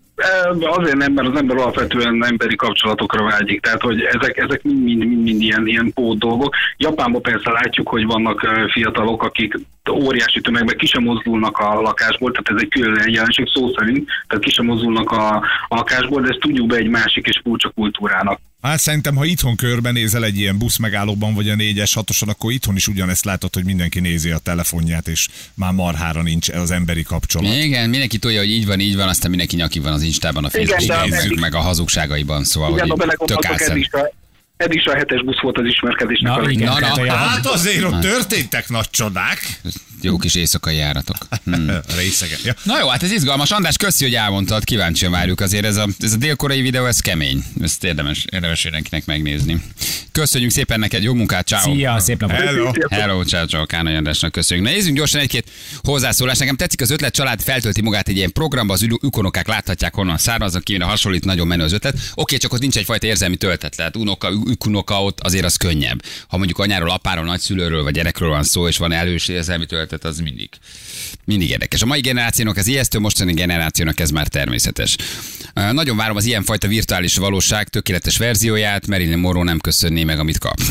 Speaker 6: Azért nem, mert az ember alapvetően emberi kapcsolatokra vágyik, tehát hogy ezek mind ilyen pót dolgok. Japánban persze látjuk, hogy vannak fiatalok, akik óriási tömegben ki sem mozdulnak a lakásból, tehát ez egy külön jelenség szó szerint, tehát ki sem mozdulnak a lakásból, de ezt tudjuk be egy másik és furcsa kultúrának.
Speaker 2: Hát szerintem, ha itthon körbenézel egy ilyen buszmegállóban, vagy a 4-es, 6-oson, akkor itthon is ugyanezt látod, hogy mindenki nézi a telefonját, és már marhára nincs az emberi kapcsolat.
Speaker 1: Igen, mindenki tudja, hogy így van, aztán mindenki nyaki van az Instában, a Facebookon, meg a hazugságaiban, szóval,
Speaker 6: igen,
Speaker 1: hogy tök álszem.
Speaker 6: Ez is a 7-es busz volt az ismerkedésnek.
Speaker 2: Hát azért ott történtek nagy csodák.
Speaker 1: Jó kis éjszakai járatok.
Speaker 2: Részegen. Ja.
Speaker 1: Na jó, hát ez izgalmas. András, köszi, hogy elmondtad, kíváncsian várjuk azért. Ez a dél-koreai videó, ez kemény. Ezt érdemes mindenkinek megnézni. Köszönjük szépen neked, jó munkát, ciao.
Speaker 4: Szia, szép napot.
Speaker 1: Hello, ciao, Kánai Andrásnak köszönjük. Na nézzünk gyorsan egy-két hozzászólás. Nekem tetszik az ötlet, család feltölti magát egy ilyen programba, az ükonokák láthatják, honnan származnak, kívül hasonlít, nagyon menő az ötlet. Oké, csak ott nincs egyfajta érzelmi töltet, lehet ükunoka, ott azért az könnyebb. Ha mondjuk anyáról, apáról, nagyszülőről vagy gyerekről van szó, és van elős érzelmi töltet, az mindig érdekes. A mai generációnak ez ijesztő, mostani generációnak ez már természetes. Nagyon várom az ilyenfajta virtuális valóság tökéletes verzióját, Marilyn Monroe nem köszönné meg, amit kap.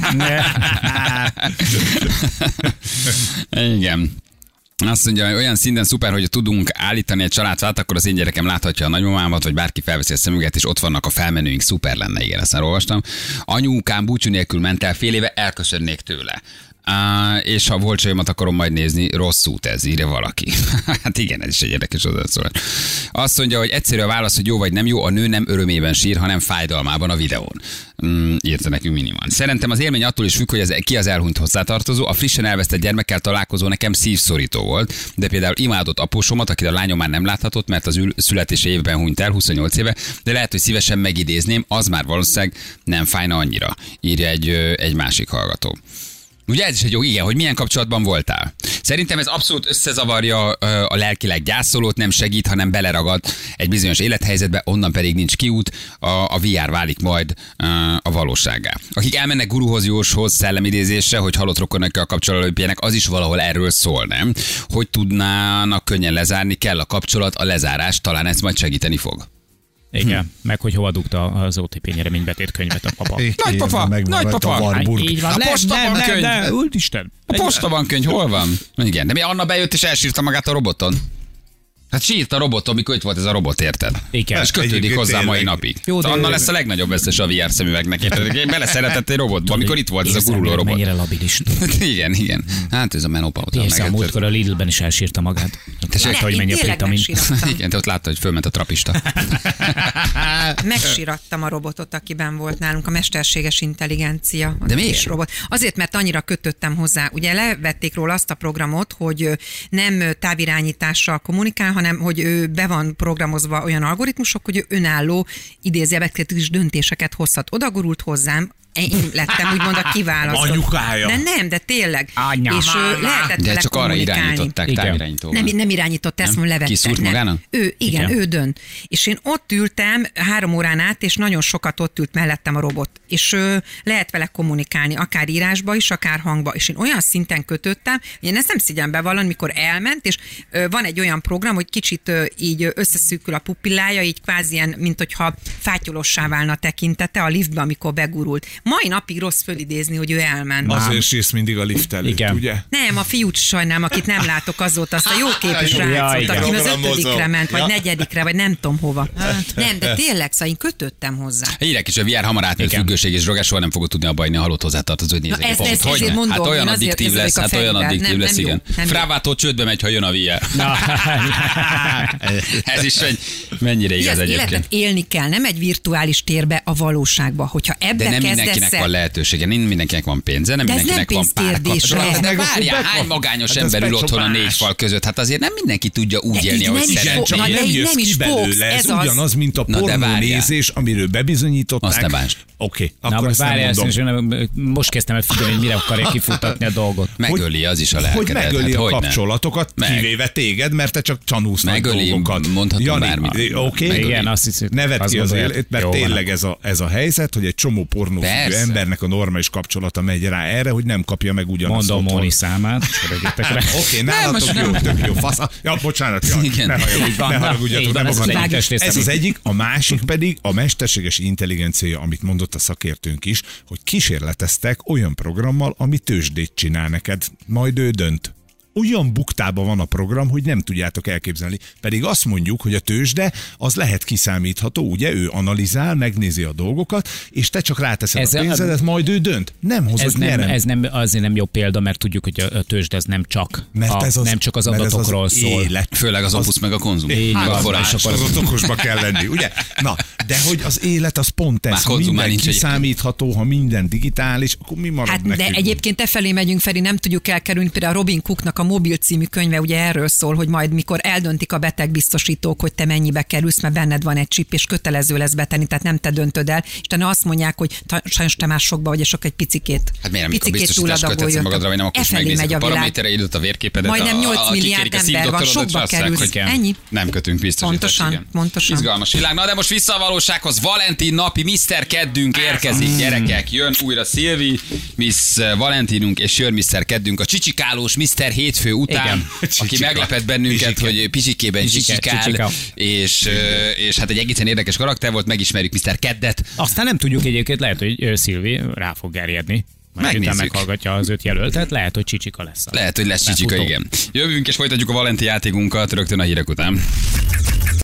Speaker 1: Igen. Azt mondja, hogy olyan szinten szuper, hogy tudunk állítani egy családfát, akkor az én gyerekem láthatja a nagymamámat, vagy bárki felveszi a szemüget, és ott vannak a felmenőink, szuper lenne, igen, ezt már olvastam. Anyukám búcsú nélkül ment el, fél éve, elköszönnék tőle. És ha volt csajomat akarom majd nézni, rossz út ez, írja valaki. Hát igen, ez is egy érdekes hozzászólás. Azt mondja, hogy egyszerű a válasz, hogy jó vagy nem jó, a nő nem örömében sír, hanem fájdalmában a videón. Írta nekünk Miniman. Szerintem az élmény attól is függ, hogy ki az elhunyt hozzátartozó. A frissen elvesztett gyermekkel találkozó nekem szívszorító volt, de például imádott apósomat, akit a lányom már nem láthatott, mert az születése évben hunyt el, 28 éve, de lehet, hogy szívesen megidézném, az már valószínűleg nem fájna annyira, írja egy másik hallgató. Ugye ez is egy jó, igen, hogy milyen kapcsolatban voltál. Szerintem ez abszolút összezavarja a lelkileg gyászolót, nem segít, hanem beleragad egy bizonyos élethelyzetbe, onnan pedig nincs kiút, a VR válik majd a valósággá. Akik elmennek guruhoz, jóshoz, szellemidézésre, hogy halott rokonokkal kapcsolatba lépjenek, az is valahol erről szól, nem? Hogy tudnának könnyen lezárni, kell a kapcsolat, a lezárás, talán ez majd segíteni fog.
Speaker 4: Igen, meg hogy hova dugta az OTP nyereménybetét könyvet a papa.
Speaker 1: Nagypapa!
Speaker 4: Így van,
Speaker 1: A postabankönyv!
Speaker 4: Úristen!
Speaker 1: A postabankönyv hol van? Igen, de mi Anna bejött és elsírta magát a roboton? Hát sírt a roboton, mikor itt volt ez a robot, érted?
Speaker 4: Igen.
Speaker 1: És kötődik
Speaker 2: Egyébként
Speaker 1: hozzá mai
Speaker 2: tényleg.
Speaker 1: napig.
Speaker 4: Jó, de-
Speaker 1: Anna lesz a legnagyobb vesztes a VR szemüvegnek, érted? Én beleszeretett egy robotba, amikor itt volt ez a guruló robot.
Speaker 4: Mennyire labilis.
Speaker 1: Igen. Hát ez a menopauza.
Speaker 4: Persze, a múltkor a Lidlben is elsírta magát. Látta, hogy mennyi a vitamin.
Speaker 1: Igen, te ott láttad, hogy fölment a trapista.
Speaker 5: Megsirattam a robotot, akiben volt nálunk, a mesterséges intelligencia.
Speaker 1: De miért?
Speaker 5: kis robot. Azért, mert annyira kötöttem hozzá. Ugye levették róla azt a programot, hogy nem távirányítással kommunikál, hanem hogy ő be van programozva olyan algoritmusok, hogy ő önálló idézőjelbektetős döntéseket hozhat. Odagurult hozzám, én lettem úgymond a kiválasztott.
Speaker 2: Anyukája.
Speaker 5: De nem, de tényleg.
Speaker 4: Anya.
Speaker 5: És lehetett
Speaker 1: De
Speaker 5: vele
Speaker 1: csak arra
Speaker 5: kommunikálni.
Speaker 1: irányították
Speaker 4: Igen.
Speaker 1: távirányítóval.
Speaker 5: Nem irányított, ezt mondom, levette.
Speaker 1: Kiszúrt
Speaker 5: Nem.
Speaker 1: magának?
Speaker 5: Ő, igen,
Speaker 4: Igen.
Speaker 5: ő dönt. És én ott ültem 3 órán át, és nagyon sokat ott ült mellettem a robot. És lehet vele kommunikálni, akár írásba is, akár hangba. És én olyan szinten kötöttem, hogy én ezt nem szígyem bevallani, mikor elment, és van egy olyan program, hogy kicsit így összeszűkül a pupillája, így kvázi ilyen, mint hogyha fátyolossá válna a tekintete a liftbe, amikor begurult. Mai napig rossz fölidézni, hogy ő elment.
Speaker 2: Azért sírsz mindig a lift előtt,
Speaker 4: Igen.
Speaker 2: ugye?
Speaker 5: Nem, a fiút sajnálom, akit nem látok azóta, azt a jóképű
Speaker 4: Ja,
Speaker 5: srácot,
Speaker 4: igen.
Speaker 5: aki az
Speaker 3: Programozó.
Speaker 5: 5-dikre ment, vagy
Speaker 3: Ja.
Speaker 5: 4-dikre, vagy nem tudom hova. Nem, de tényleg, szóval én kötöttem hozzá.
Speaker 1: Hírek is, a VR hamar átmegy
Speaker 4: Igen.
Speaker 1: függőség, és drogás soha nem fogod tudni abba hagyni a halott hozzátartozó, hogy nézzek
Speaker 5: Na,
Speaker 1: egy
Speaker 5: ezt
Speaker 1: papot.
Speaker 5: ezért
Speaker 1: Hogyne?
Speaker 5: mondom,
Speaker 1: Hát olyan
Speaker 5: én azért
Speaker 1: addiktív lesz,
Speaker 5: ezek a
Speaker 1: hát olyan
Speaker 5: fejvel.
Speaker 1: addiktív
Speaker 5: Nem,
Speaker 1: lesz,
Speaker 5: nem jó,
Speaker 1: igen.
Speaker 5: nem jó.
Speaker 1: Frávától csődbe megy, ha jön a VR. Ez is egy, mennyire igaz
Speaker 5: Ezt
Speaker 1: egyébként.
Speaker 5: életet élni kell, nem egy virtuális térbe, a valóságba. Hogyha ebbe
Speaker 1: De nem
Speaker 5: kezdesz
Speaker 1: mindenkinek
Speaker 5: el,
Speaker 1: van lehetősége, nem mindenkinek van pénze, nem
Speaker 5: De ez
Speaker 1: mindenkinek
Speaker 5: nem
Speaker 1: van
Speaker 5: pénzkérdés
Speaker 1: párkapcsolata.
Speaker 5: lehet.
Speaker 1: De
Speaker 2: Meg akkor
Speaker 1: várjál,
Speaker 2: bekap-
Speaker 1: hány magányos
Speaker 2: Hát ez
Speaker 1: ember ül otthon a
Speaker 2: becsapás.
Speaker 1: 4 fal között? Hát azért nem mindenki tudja úgy
Speaker 5: De
Speaker 1: élni,
Speaker 5: így
Speaker 1: ahogy
Speaker 5: nem is
Speaker 1: szeretne.
Speaker 5: fog-
Speaker 2: Csak
Speaker 5: Na, de
Speaker 2: nem
Speaker 5: így
Speaker 2: jössz
Speaker 5: nem is
Speaker 2: ki belőle,
Speaker 5: fogsz,
Speaker 2: ez
Speaker 5: ez az.
Speaker 2: ugyanaz, mint a
Speaker 1: Na, de várjál.
Speaker 2: pornónézés, amiről bebizonyították.
Speaker 1: Azt ne bánsd.
Speaker 2: Oké,
Speaker 4: Na
Speaker 2: akkor
Speaker 4: most
Speaker 2: ezt nem
Speaker 4: várjál,
Speaker 2: mondom.
Speaker 4: most kezdtem el figyelni, hogy mire akarja kifutatni a dolgot.
Speaker 1: Megöli az is a
Speaker 2: Hogy
Speaker 1: lelkedet.
Speaker 2: megöli
Speaker 1: hát
Speaker 2: a
Speaker 1: hogyne?
Speaker 2: kapcsolatokat,
Speaker 1: Meg.
Speaker 2: kivéve téged, mert te csak tanulsz nagy
Speaker 1: Megöli,
Speaker 2: dolgokat.
Speaker 1: mondhatunk
Speaker 2: Jani,
Speaker 1: bármit.
Speaker 2: Oké?
Speaker 1: Megöli.
Speaker 4: Igen, azt hiszem.
Speaker 2: Ne vedd ki az élet, mert
Speaker 4: Jó van.
Speaker 2: tényleg ez a helyzet, hogy egy csomó pornófüggő
Speaker 1: Persze.
Speaker 2: embernek a normális kapcsolata megy rá erre, hogy nem kapja meg ugyanazt
Speaker 4: Mondom
Speaker 2: otthon.
Speaker 4: Móni számát, szeretjétek rá.
Speaker 2: Oké, nálatok
Speaker 1: most
Speaker 2: jó,
Speaker 1: nem.
Speaker 2: tök jó, fasz. Ja, bocsánat, ja,
Speaker 1: Igen.
Speaker 2: ne
Speaker 4: Így van,
Speaker 2: haragudjatok,
Speaker 4: így van,
Speaker 2: nem
Speaker 4: ez az
Speaker 2: akartam.
Speaker 4: egyik testrészem.
Speaker 2: Ez az egyik, a másik pedig a mesterséges intelligencia, amit mondott a szakértőnk is, hogy kísérleteztek olyan programmal, ami tőzsdét csinál neked, majd ő dönt. Olyan buktában van a program, hogy nem tudjátok elképzelni. Pedig azt mondjuk, hogy a tőzsde az lehet kiszámítható, ugye? Ő analizál, megnézi a dolgokat, és te csak ráteszed
Speaker 4: Ez
Speaker 2: a pénzedet, majd ő dönt. Nem hozod nyereményt.
Speaker 4: Ez nem, azért nem jobb példa, mert tudjuk, hogy a tőzsde ez nem csak, nem csak az
Speaker 2: mert ez
Speaker 4: adatokról szól.
Speaker 2: élet.
Speaker 1: Főleg az Opus meg a Konzum.
Speaker 4: Így
Speaker 1: Meg a
Speaker 4: van,
Speaker 1: forrás.
Speaker 4: és akkor-
Speaker 2: Az ott okosba kell lenni, ugye? Na, de hogy az élet az pont ez,
Speaker 1: Már
Speaker 2: ha
Speaker 1: konzum már
Speaker 2: minden
Speaker 1: nincs
Speaker 2: kiszámítható, ha minden digitális, akkor mi marad
Speaker 5: Hát
Speaker 2: nekünk?
Speaker 5: de egyébként e felé megyünk, Feri, nem tudjuk elkerülni. Például a Robin Cooknak a Mobil című könyve ugye erről szól, hogy majd mikor eldöntik a betegbiztosítók, hogy te mennyibe kerülsz, mert benned van egy chip, és kötelező lesz betenni, tehát nem te döntöd el, és te azt mondják, hogy sajnos te már sokba vagy, és sok egy picikét.
Speaker 1: Hát miért, amikor
Speaker 5: picikét
Speaker 1: biztosítást kötetsz
Speaker 5: túladagoljatok.
Speaker 1: magadra, vagy nem, akkor is
Speaker 5: E felé
Speaker 1: megnézik
Speaker 5: megy
Speaker 1: a
Speaker 5: a világ.
Speaker 1: paramétereidet, a vérképedet.
Speaker 5: Majdnem 8 milliárd
Speaker 1: kikérik a
Speaker 5: ember van,
Speaker 1: szívdoktorodat,
Speaker 5: sokba
Speaker 1: és azt
Speaker 5: kerülsz.
Speaker 1: mondják, hogy
Speaker 5: Ennyi.
Speaker 1: Nem kötünk biztosítást.
Speaker 5: Pontosan,
Speaker 1: igen.
Speaker 5: pontosan.
Speaker 1: Izgalmas világ. Na de most vissza a valósághoz. Valentin napi Mr. Keddünk érkezik, gyerekek. Jön újra Szilvi, Miss Valentinunk, és jön Mr. Keddünk a csicsikálós Mr. Hétfő után,
Speaker 4: Igen.
Speaker 1: aki
Speaker 2: Csicsika.
Speaker 1: meglepett bennünket,
Speaker 2: Csicsike.
Speaker 1: hogy picsikében
Speaker 4: Csicsika.
Speaker 1: csicsikál, és hát egy egészen érdekes karakter volt, megismerjük Mr. Keddet.
Speaker 4: Aztán nem tudjuk egyébként, lehet, hogy Szilvi rá fog gerjedni. Majd
Speaker 1: Megnézzük.
Speaker 4: utána meghallgatja az 5 jelöltet, lehet, hogy Csicsika lesz.
Speaker 1: Lehet, hogy lesz Csicsika,
Speaker 4: Befutó.
Speaker 1: igen. Jövünk és folytatjuk a Valentin játékunkat rögtön a hírek után.